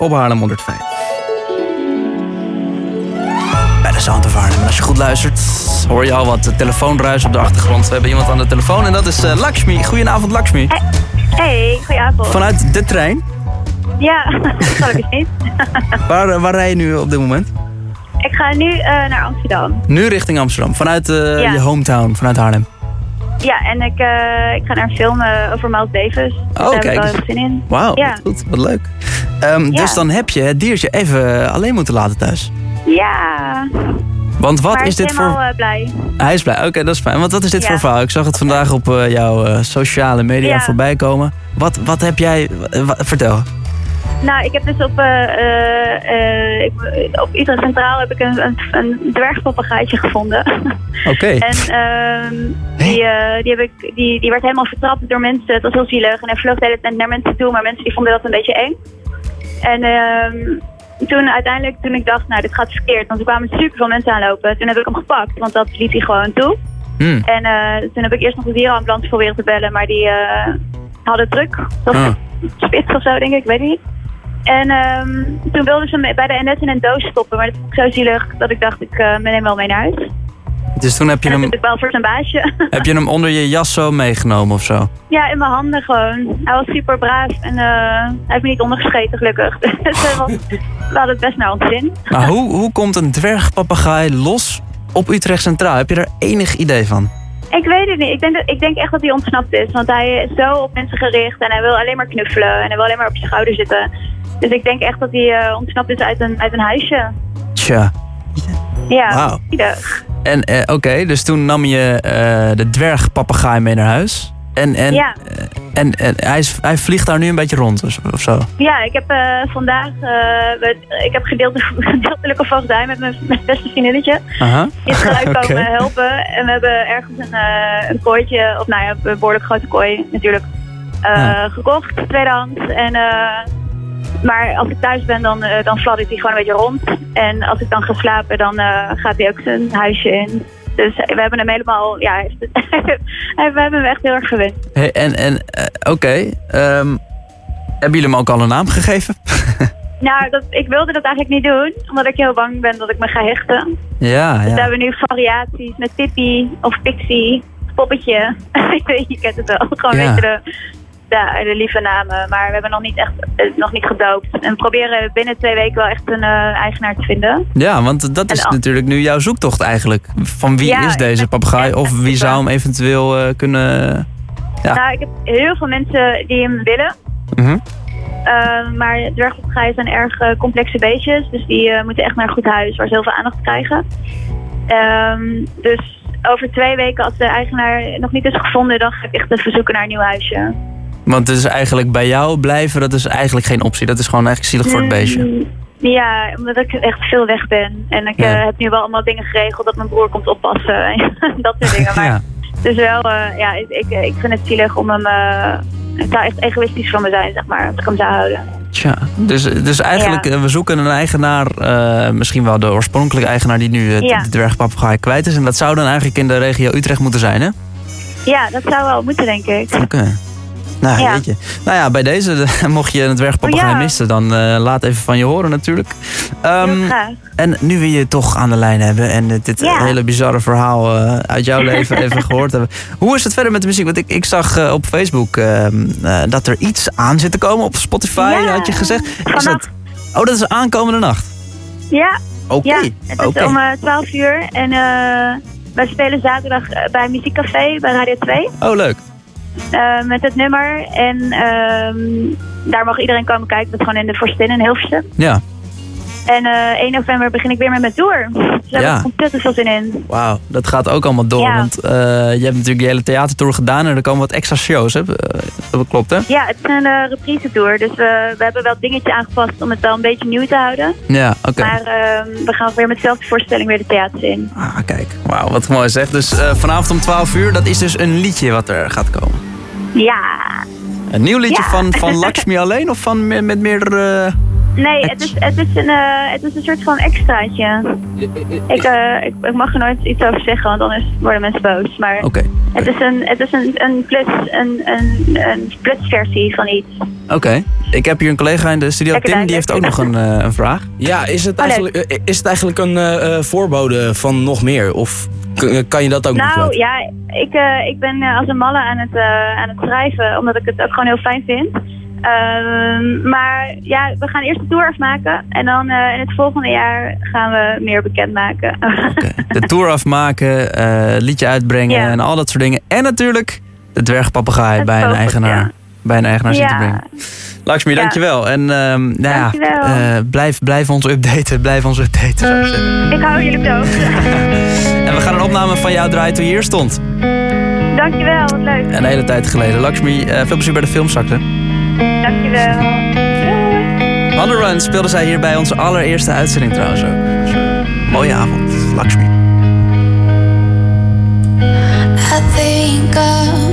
op Haarlem 105. Bij de Sound of Haarlem. En als je goed luistert, hoor je al wat telefoonruis op de achtergrond. We hebben iemand aan de telefoon en dat is Lakshmi. Goedenavond, Lakshmi. Hey, goedenavond. Vanuit de trein? Ja, gelukkig niet. Waar rij je nu op dit moment? Ik ga nu naar Amsterdam. Nu richting Amsterdam, vanuit je hometown, vanuit Haarlem. Ja, en ik ga naar een film over Miles Davis. Oh, daar kijk. heb ik wel zin in. Wauw, Ja. wat goed, wat leuk. Dus dan heb je het diertje even alleen moeten laten thuis. Ja. Want wat Maar is dit ik ben voor... helemaal blij. Hij is blij, oké, dat is fijn. Want wat is dit Ja. voor verhaal? Ik zag het vandaag op jouw sociale media voorbij komen. Wat heb jij... vertel. Nou, ik heb dus op Utrecht Centraal heb ik een dwergpapagaaitje gevonden. Oké. En die werd helemaal vertrapt door mensen. Het was heel zielig. En hij vloog de hele tijd naar mensen toe, maar mensen die vonden dat een beetje eng. En toen ik dacht, nou, dit gaat verkeerd. Want er kwamen super veel mensen aanlopen. Toen heb ik hem gepakt, want dat liet hij gewoon toe. En toen heb ik eerst nog de dierenambulance proberen te bellen, maar die hadden druk. Dat was spits of zo, denk ik weet niet. En toen wilden ze me bij de NS in een doos stoppen, maar dat vond ik zo zielig dat ik dacht, ik neem wel mee naar huis. Dus toen heb je hem... Dat ik wel voor zijn baasje. Heb je hem onder je jas zo meegenomen of zo? Ja, in mijn handen gewoon. Hij was super braaf en hij heeft me niet ondergescheten, gelukkig. Dus we hadden het best naar ons zin. Maar hoe komt een dwergpapegaai los op Utrecht Centraal? Heb je er enig idee van? Ik weet het niet. Ik denk echt dat hij ontsnapt is. Want hij is zo op mensen gericht en hij wil alleen maar knuffelen. En hij wil alleen maar op je schouder zitten. Dus ik denk echt dat hij ontsnapt is uit een huisje. Tja. Ja, wow. En oké, dus toen nam je de dwergpapegaai mee naar huis. En hij vliegt daar nu een beetje rond of zo? Ja, ik heb vandaag ik heb gedeeltelijke voogdij met mijn beste vriendinnetje. Die is gelijk komen helpen. En we hebben ergens een kooitje, of nou ja, een behoorlijk grote kooi natuurlijk, gekocht, tweedehands. En maar als ik thuis ben, dan fladdert hij gewoon een beetje rond. En als ik dan ga slapen, dan gaat hij ook zijn huisje in. Dus we hebben hem helemaal, ja, we hebben hem echt heel erg gewend. Hey, oké. Hebben jullie hem ook al een naam gegeven? Nou, ik wilde dat eigenlijk niet doen, omdat ik heel bang ben dat ik me ga hechten. Ja. Dus we hebben nu variaties met Pippi of Pixie, Poppetje. Je kent het wel, gewoon een beetje de lieve namen. Maar we hebben nog niet gedoopt. En we proberen binnen 2 weken wel echt een eigenaar te vinden. Ja, want dat is natuurlijk nu jouw zoektocht eigenlijk. Van wie is deze papegaai of wie zou hem eventueel kunnen... Ja. Nou, ik heb heel veel mensen die hem willen. Maar dwergpapegaaien zijn erg complexe beestjes. Dus die moeten echt naar een goed huis waar ze heel veel aandacht krijgen. Dus over 2 weken, als de eigenaar nog niet is gevonden, dan ga ik echt even zoeken naar een nieuw huisje. Want het is eigenlijk bij jou blijven, dat is eigenlijk geen optie. Dat is gewoon eigenlijk zielig voor het beestje. Ja, omdat ik echt veel weg ben. En ik heb nu wel allemaal dingen geregeld dat mijn broer komt oppassen. En dat soort dingen. Maar dus wel, ik vind het zielig om hem... het zou echt egoïstisch van me zijn, zeg maar, als ik hem zou houden. Tja, dus eigenlijk, we zoeken een eigenaar, misschien wel de oorspronkelijke eigenaar die nu de dwergpapegaai kwijt is. En dat zou dan eigenlijk in de regio Utrecht moeten zijn, hè? Ja, dat zou wel moeten, denk ik. Oké. Nou, weet je. Nou ja, bij deze, mocht je een dwergpapegaai missen, dan laat even van je horen natuurlijk. Heel graag. En nu we je toch aan de lijn hebben en dit hele bizarre verhaal uit jouw leven even gehoord hebben. Hoe is het verder met de muziek? Want ik zag op Facebook dat er iets aan zit te komen op Spotify, had je gezegd. Is dat... Oh, dat is aankomende nacht? Ja. Oké. Het is om 12 uur en wij spelen zaterdag bij Muziekcafé bij Radio 2. Oh, leuk. Met het nummer. En daar mag iedereen komen kijken. Dat is gewoon in de Forstin in Hilversum. Ja. En 1 november begin ik weer met mijn tour. Dus daar heb ik ontzettend veel zin in. Wauw, dat gaat ook allemaal door. Ja. Want je hebt natuurlijk die hele theatertour gedaan en er komen wat extra shows, hè? Dat klopt, hè? Ja, het is een reprise tour. Dus we hebben wel dingetjes aangepast om het wel een beetje nieuw te houden. Ja, oké. Maar we gaan weer met dezelfde voorstelling weer de theaters in. Ah, kijk. Wauw, wat mooi zeg. Dus vanavond om 12 uur, dat is dus een liedje wat er gaat komen. Ja. Een nieuw liedje van Lakshmi alleen of met meerdere... Nee, het is een soort van extraatje. Ik mag er nooit iets over zeggen, want anders worden mensen boos. Maar het is een plusversie van iets. Oké. Ik heb hier een collega in de studio, Tim, die heeft ook nog een vraag. Ja, is het eigenlijk een voorbode van nog meer? Of kan je dat ook niet? Nou ja, ik ben als een malle aan het schrijven, omdat ik het ook gewoon heel fijn vind. Maar ja, we gaan eerst de tour afmaken en dan in het volgende jaar gaan we meer bekendmaken. De tour afmaken, liedje uitbrengen en al dat soort dingen. En natuurlijk de dwergpapegaai bij een eigenaar. Bij een eigenaar zien te brengen. Lakshmi, dankjewel. En blijf ons updaten. Zou ik zeggen. Ik hou jullie op de hoogte. En we gaan een opname van jou draaien toen je hier stond. Dankjewel, wat leuk. Een hele tijd geleden. Lakshmi, veel plezier bij de filmzakte. Dankjewel. On the Run speelde zij hier bij onze allereerste uitzending trouwens ook. Dus, mooie avond, Lakshmi. I think